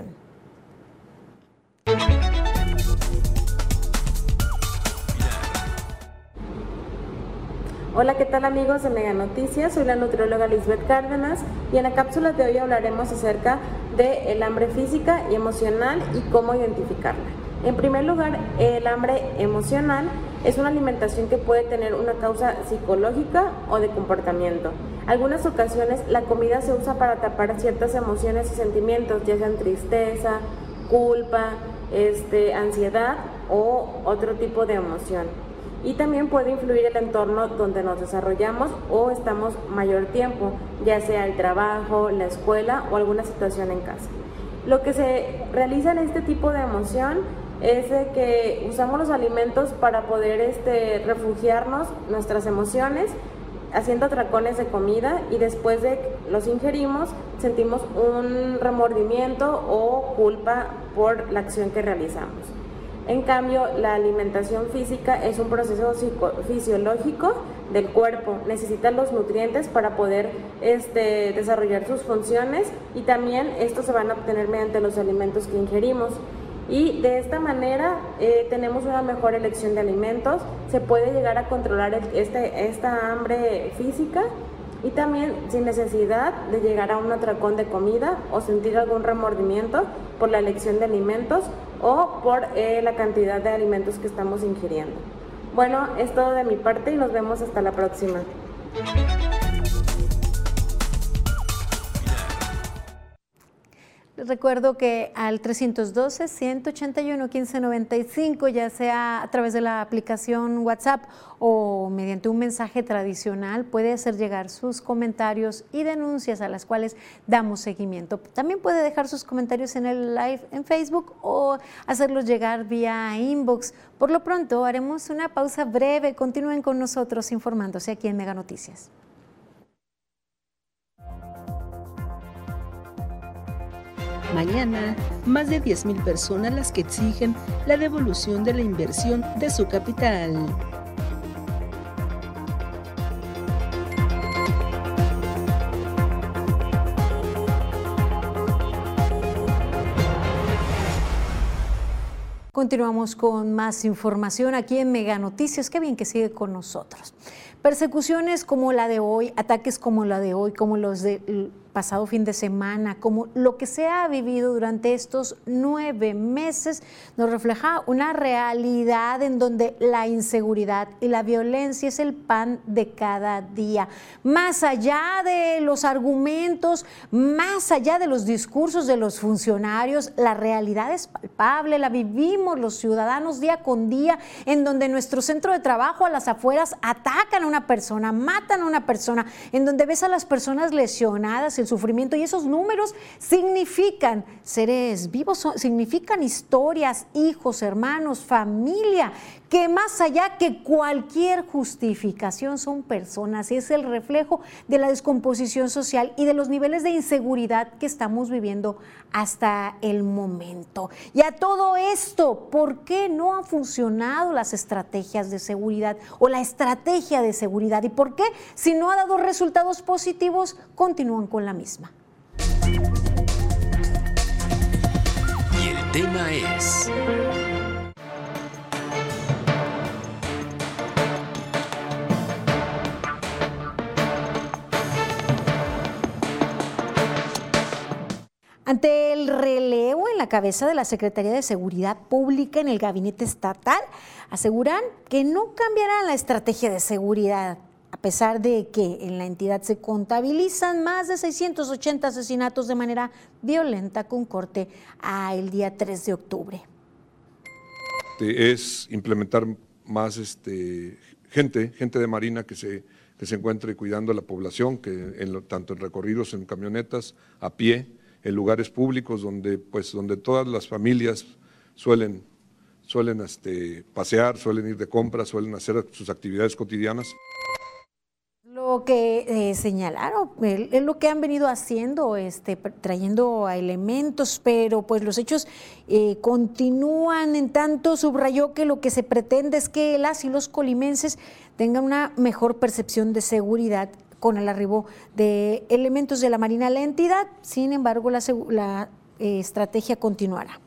Hola, ¿qué tal amigos de Mega Noticias? Soy la nutrióloga Lisbeth Cárdenas y en la cápsula de hoy hablaremos acerca del hambre física y emocional y cómo identificarla. En primer lugar, el hambre emocional es una alimentación que puede tener una causa psicológica o de comportamiento. Algunas ocasiones la comida se usa para tapar ciertas emociones y sentimientos, ya sean tristeza, culpa, este, ansiedad o otro tipo de emoción. Y también puede influir el entorno donde nos desarrollamos o estamos mayor tiempo, ya sea el trabajo, la escuela o alguna situación en casa. Lo que se realiza en este tipo de emoción es de que usamos los alimentos para poder este, refugiarnos nuestras emociones, haciendo atracones de comida y después de que los ingerimos sentimos un remordimiento o culpa por la acción que realizamos. En cambio, la alimentación física es un proceso fisiológico del cuerpo, necesita los nutrientes para poder este, desarrollar sus funciones y también estos se van a obtener mediante los alimentos que ingerimos. Y de esta manera eh, tenemos una mejor elección de alimentos, se puede llegar a controlar el, este, esta hambre física y también sin necesidad de llegar a un atracón de comida o sentir algún remordimiento por la elección de alimentos o por eh, la cantidad de alimentos que estamos ingiriendo. Bueno, es todo de mi parte y nos vemos hasta la próxima. Les recuerdo que al trescientos doce, ciento ochenta y uno, quince noventa y cinco, ya sea a través de la aplicación WhatsApp o mediante un mensaje tradicional, puede hacer llegar sus comentarios y denuncias a las cuales damos seguimiento. También puede dejar sus comentarios en el live en Facebook o hacerlos llegar vía inbox. Por lo pronto, haremos una pausa breve. Continúen con nosotros informándose aquí en Mega Noticias. Mañana, más de diez mil personas las que exigen la devolución de la inversión de su capital. Continuamos con más información aquí en Mega Noticias. Qué bien que sigue con nosotros. Persecuciones como la de hoy, ataques como la de hoy, como los del pasado fin de semana, como lo que se ha vivido durante estos nueve meses, nos refleja una realidad en donde la inseguridad y la violencia es el pan de cada día. Más allá de los argumentos, más allá de los discursos de los funcionarios, la realidad es palpable, la vivimos los ciudadanos día con día, en donde nuestro centro de trabajo a las afueras atacan a una persona, matan a una persona, en donde ves a las personas lesionadas, el sufrimiento, y esos números significan seres vivos, significan historias, hijos, hermanos, familia, que más allá que cualquier justificación son personas, y es el reflejo de la descomposición social y de los niveles de inseguridad que estamos viviendo hasta el momento. Y a todo esto, ¿por qué no han funcionado las estrategias de seguridad o la estrategia de seguridad? ¿Y por qué, si no ha dado resultados positivos, continúan con la misma? Y el tema es... Ante el relevo en la cabeza de la Secretaría de Seguridad Pública en el gabinete estatal, aseguran que no cambiará la estrategia de seguridad, a pesar de que en la entidad se contabilizan más de seiscientos ochenta asesinatos de manera violenta con corte al día tres de octubre. Es implementar más este, gente, gente de Marina que se, que se encuentre cuidando a la población, que en lo, tanto en recorridos en camionetas, a pie, en lugares públicos donde, pues, donde todas las familias suelen, suelen este, pasear, suelen ir de compras, suelen hacer sus actividades cotidianas. Lo que eh, señalaron es lo que han venido haciendo, este, trayendo a elementos, pero pues los hechos eh, continúan. En tanto, subrayó que lo que se pretende es que las y los colimenses tengan una mejor percepción de seguridad con el arribo de elementos de la Marina a la entidad. Sin embargo, la, la eh, estrategia continuará.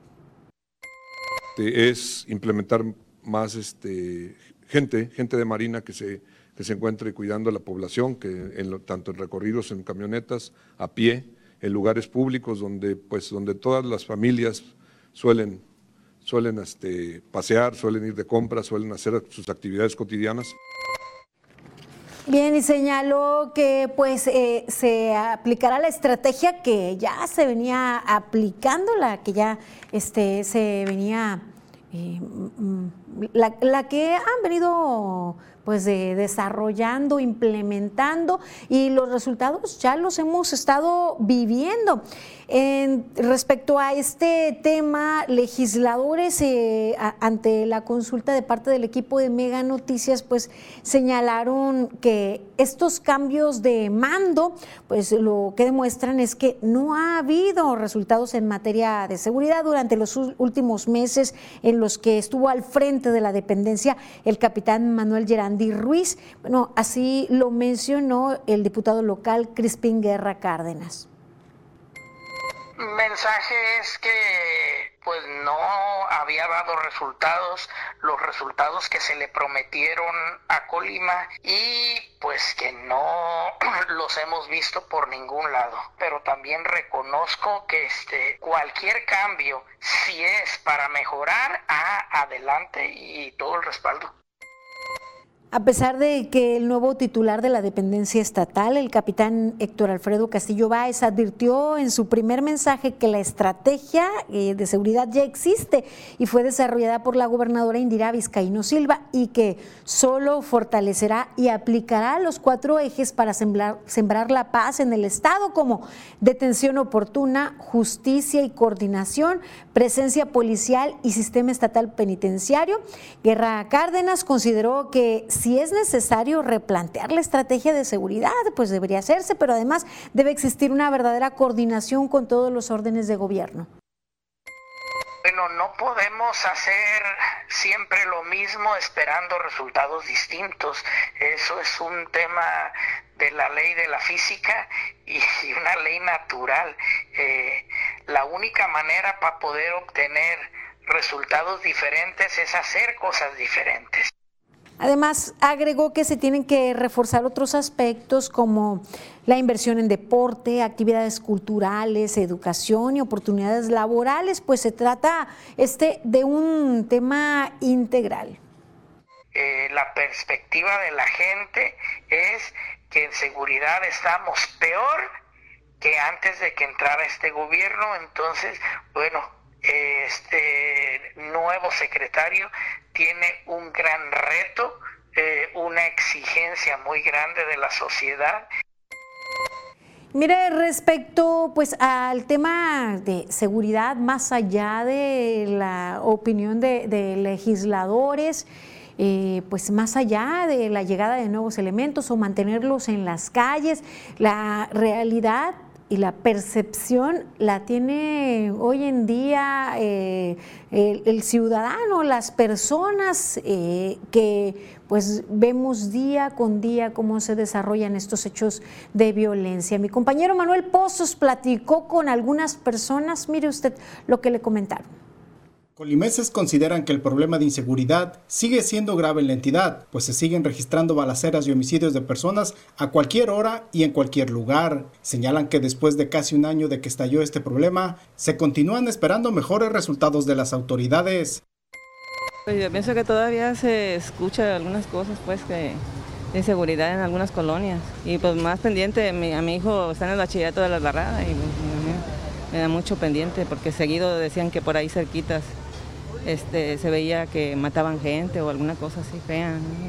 Es implementar más este, gente, gente de Marina que se, que se encuentre cuidando a la población, que en lo, tanto en recorridos en camionetas, a pie, en lugares públicos donde, pues, donde todas las familias suelen, suelen este, pasear, suelen ir de compras, suelen hacer sus actividades cotidianas. Bien, y señaló que pues eh, se aplicará la estrategia que ya se venía aplicando, la que ya este, se venía, eh, la, la que han venido pues de, desarrollando, implementando, y los resultados ya los hemos estado viviendo. En, respecto a este tema, legisladores eh, a, ante la consulta de parte del equipo de Mega Noticias, pues señalaron que estos cambios de mando, pues lo que demuestran es que no ha habido resultados en materia de seguridad durante los últimos meses en los que estuvo al frente de la dependencia el capitán Manuel Gerandi Ruiz. Bueno, así lo mencionó el diputado local Crispín Guerra Cárdenas. Mensaje es que pues no había dado resultados, los resultados que se le prometieron a Colima, y pues que no los hemos visto por ningún lado. Pero también reconozco que este cualquier cambio, si es para mejorar, ah, adelante, y todo el respaldo. A pesar de que el nuevo titular de la dependencia estatal, el capitán Héctor Alfredo Castillo Báez, advirtió en su primer mensaje que la estrategia de seguridad ya existe y fue desarrollada por la gobernadora Indira Vizcaíno Silva, y que solo fortalecerá y aplicará los cuatro ejes para sembrar, sembrar la paz en el estado, como detención oportuna, justicia y coordinación, presencia policial y sistema estatal penitenciario. Guerra Cárdenas consideró que si es necesario replantear la estrategia de seguridad, pues debería hacerse, pero además debe existir una verdadera coordinación con todos los órdenes de gobierno. Bueno, no podemos hacer siempre lo mismo esperando resultados distintos. Eso es un tema de la ley de la física y una ley natural. Eh, la única manera para poder obtener resultados diferentes es hacer cosas diferentes. Además, agregó que se tienen que reforzar otros aspectos como la inversión en deporte, actividades culturales, educación y oportunidades laborales, pues se trata este de un tema integral. Eh, la perspectiva de la gente es que en seguridad estamos peor que antes de que entrara este gobierno. Entonces, bueno, este nuevo secretario tiene un gran reto, eh, una exigencia muy grande de la sociedad. Mire, respecto pues al tema de seguridad, más allá de la opinión de, de legisladores, eh, pues más allá de la llegada de nuevos elementos o mantenerlos en las calles, la realidad y la percepción la tiene hoy en día eh, el, el ciudadano, las personas eh, que pues vemos día con día cómo se desarrollan estos hechos de violencia. Mi compañero Manuel Pozos platicó con algunas personas, mire usted lo que le comentaron. Colimenses consideran que el problema de inseguridad sigue siendo grave en la entidad, pues se siguen registrando balaceras y homicidios de personas a cualquier hora y en cualquier lugar. Señalan que después de casi un año de que estalló este problema, se continúan esperando mejores resultados de las autoridades. Pues yo pienso que todavía se escucha algunas cosas pues que de inseguridad en algunas colonias y pues más pendiente, mi, a mi hijo está en el bachillerato de Las Barradas y pues, me, me da mucho pendiente porque seguido decían que por ahí cerquitas Este, se veía que mataban gente o alguna cosa así fea, ¿no?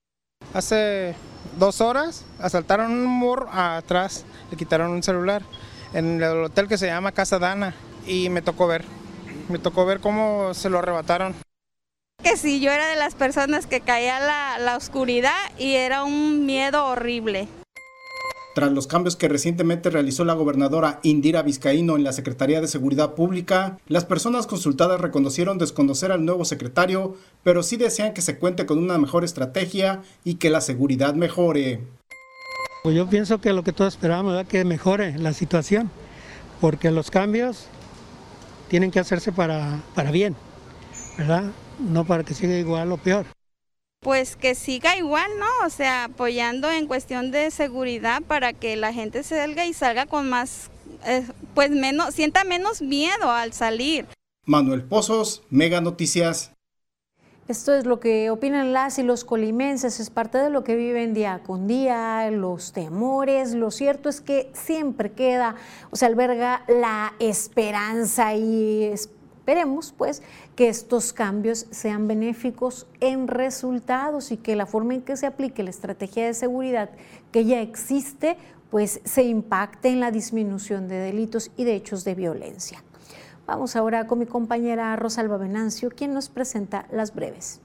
Hace dos horas asaltaron un morro atrás, le quitaron un celular en el hotel que se llama Casa Dana y me tocó ver, me tocó ver cómo se lo arrebataron. Que sí, yo era de las personas que caía la, la oscuridad y era un miedo horrible. Tras los cambios que recientemente realizó la gobernadora Indira Vizcaíno en la Secretaría de Seguridad Pública, las personas consultadas reconocieron desconocer al nuevo secretario, pero sí desean que se cuente con una mejor estrategia y que la seguridad mejore. Pues yo pienso que lo que todos esperamos es que mejore la situación, porque los cambios tienen que hacerse para, para bien, ¿verdad? No para que siga igual o peor. Pues que siga igual, ¿no? O sea, apoyando en cuestión de seguridad para que la gente salga y salga con más, eh, pues menos, sienta menos miedo al salir. Manuel Pozos, Mega Noticias. Esto es lo que opinan las y los colimenses, es parte de lo que viven día con día, los temores. Lo cierto es que siempre queda, o sea, alberga la esperanza y esperemos pues que estos cambios sean benéficos en resultados y que la forma en que se aplique la estrategia de seguridad que ya existe pues se impacte en la disminución de delitos y de hechos de violencia. Vamos ahora con mi compañera Rosalba Venancio, quien nos presenta las breves.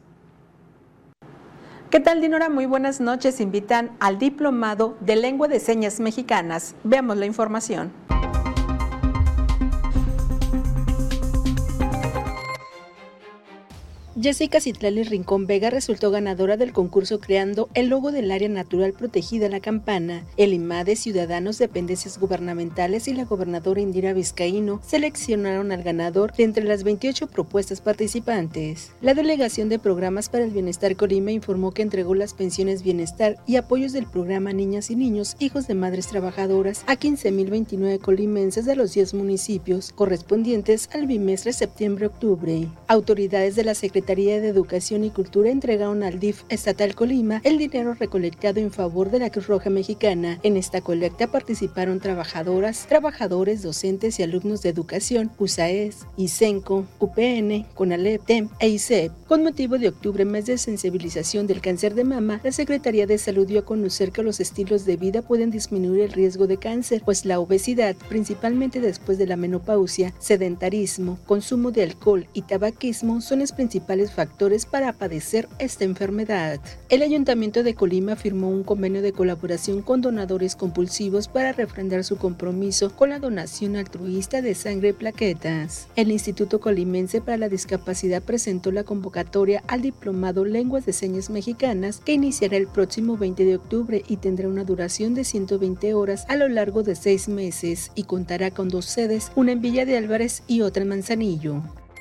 ¿Qué tal, Dinora? Muy buenas noches. Invitan al Diplomado de Lengua de Señas Mexicanas. Veamos la información. Jessica Citlali Rincón Vega resultó ganadora del concurso creando el logo del área natural protegida La Campana. El IMADE, Ciudadanos, Dependencias Gubernamentales y la gobernadora Indira Vizcaíno seleccionaron al ganador de entre las veintiocho propuestas participantes. La Delegación de Programas para el Bienestar Colima informó que entregó las pensiones bienestar y apoyos del programa Niñas y Niños, Hijos de Madres Trabajadoras a quince mil veintinueve colimenses de los diez municipios correspondientes al bimestre septiembre-octubre. Autoridades de la Secretaría Secretaría de Educación y Cultura entregaron al D I F estatal Colima el dinero recolectado en favor de la Cruz Roja Mexicana. En esta colecta participaron trabajadoras, trabajadores, docentes y alumnos de educación, USAES, ISENCO, U P N, CONALEP, T E M e I C E P. Con motivo de octubre, mes de sensibilización del cáncer de mama, la Secretaría de Salud dio a conocer que los estilos de vida pueden disminuir el riesgo de cáncer, pues la obesidad, principalmente después de la menopausia, sedentarismo, consumo de alcohol y tabaquismo son las principales principales factores para padecer esta enfermedad. El Ayuntamiento de Colima firmó un convenio de colaboración con donadores compulsivos para refrendar su compromiso con la donación altruista de sangre y plaquetas. El Instituto Colimense para la Discapacidad presentó la convocatoria al Diplomado Lenguas de Señas Mexicanas, que iniciará el próximo veinte de octubre y tendrá una duración de ciento veinte horas a lo largo de seis meses y contará con dos sedes, una en Villa de Álvarez y otra en Manzanillo.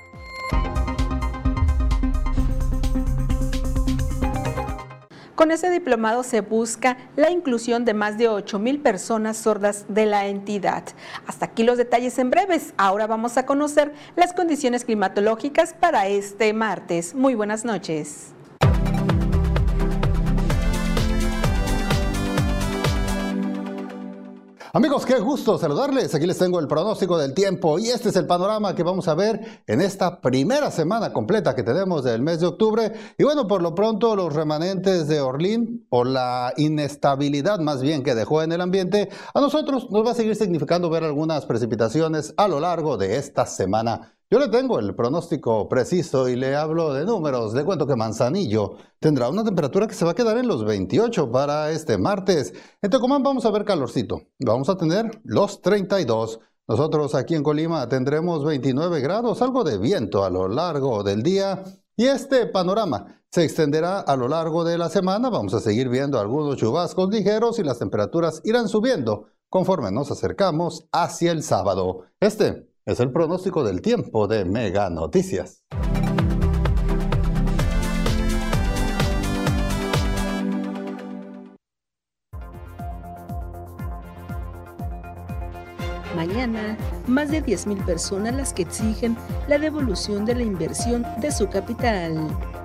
Con ese diplomado se busca la inclusión de más de ocho mil personas sordas de la entidad. Hasta aquí los detalles en breves. Ahora vamos a conocer las condiciones climatológicas para este martes. Muy buenas noches. Amigos, qué gusto saludarles. Aquí les tengo el pronóstico del tiempo y este es el panorama que vamos a ver en esta primera semana completa que tenemos del mes de octubre. Y bueno, por lo pronto los remanentes de Orlín, por la inestabilidad más bien que dejó en el ambiente, a nosotros nos va a seguir significando ver algunas precipitaciones a lo largo de esta semana. Yo le tengo el pronóstico preciso y le hablo de números. Le cuento que Manzanillo tendrá una temperatura que se va a quedar en los veintiocho para este martes. En Tecomán vamos a ver calorcito. Vamos a tener los treinta y dos. Nosotros aquí en Colima tendremos veintinueve grados, algo de viento a lo largo del día. Y este panorama se extenderá a lo largo de la semana. Vamos a seguir viendo algunos chubascos ligeros y las temperaturas irán subiendo conforme nos acercamos hacia el sábado. Este es el pronóstico del tiempo de Mega Noticias. Mañana, más de diez mil personas las que exigen la devolución de la inversión de su capital.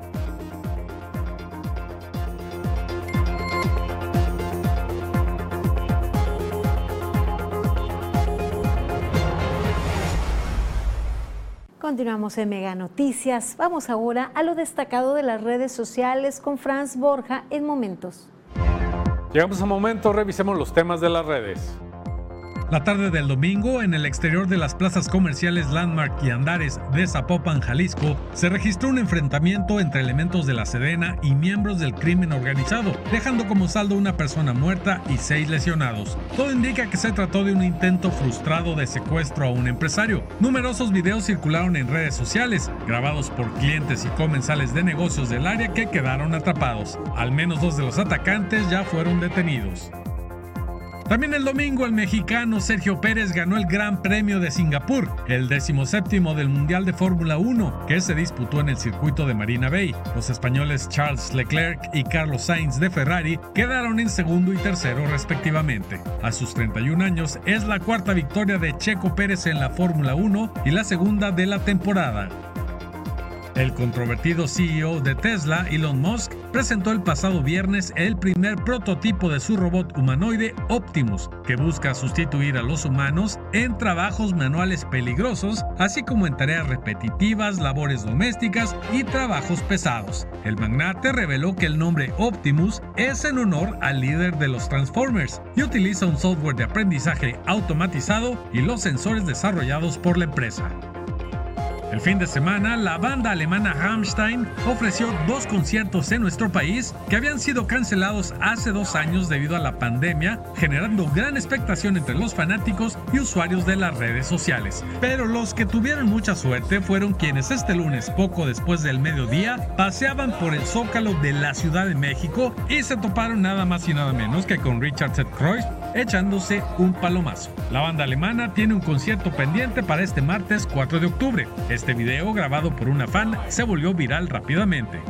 Continuamos en Mega Noticias. Vamos ahora a lo destacado de las redes sociales con Franz Borja en Momentos. Llegamos a Momentos, revisemos los temas de las redes. La tarde del domingo, en el exterior de las plazas comerciales Landmark y Andares de Zapopan, Jalisco, se registró un enfrentamiento entre elementos de la Sedena y miembros del crimen organizado, dejando como saldo una persona muerta y seis lesionados. Todo indica que se trató de un intento frustrado de secuestro a un empresario. Numerosos videos circularon en redes sociales, grabados por clientes y comensales de negocios del área que quedaron atrapados. Al menos dos de los atacantes ya fueron detenidos. También el domingo el mexicano Sergio Pérez ganó el Gran Premio de Singapur, el decimoséptimo del Mundial de Fórmula uno, que se disputó en el circuito de Marina Bay. Los españoles Charles Leclerc y Carlos Sainz de Ferrari quedaron en segundo y tercero respectivamente. A sus treinta y un años es la cuarta victoria de Checo Pérez en la Fórmula uno y la segunda de la temporada. El controvertido C E O de Tesla, Elon Musk, presentó el pasado viernes el primer prototipo de su robot humanoide Optimus, que busca sustituir a los humanos en trabajos manuales peligrosos, así como en tareas repetitivas, labores domésticas y trabajos pesados. El magnate reveló que el nombre Optimus es en honor al líder de los Transformers y utiliza un software de aprendizaje automatizado y los sensores desarrollados por la empresa. El fin de semana, la banda alemana Rammstein ofreció dos conciertos en nuestro país que habían sido cancelados hace dos años debido a la pandemia, generando gran expectación entre los fanáticos y usuarios de las redes sociales. Pero los que tuvieron mucha suerte fueron quienes este lunes, poco después del mediodía, paseaban por el Zócalo de la Ciudad de México y se toparon nada más y nada menos que con Richard Kreuz echándose un palomazo. La banda alemana tiene un concierto pendiente para este martes cuatro de octubre. Este video, grabado por una fan, se volvió viral rápidamente.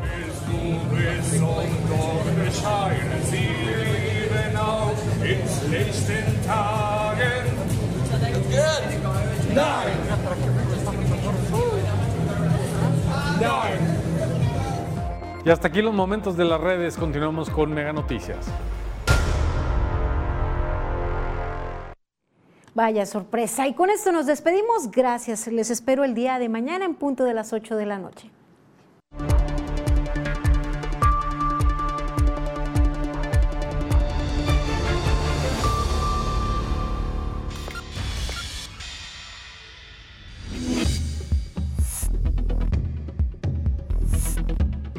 Y hasta aquí los momentos de las redes. Continuamos con Mega Noticias. Vaya sorpresa. Y con esto nos despedimos. Gracias. Les espero el día de mañana en punto de las ocho de la noche.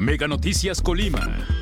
Mega Noticias Colima.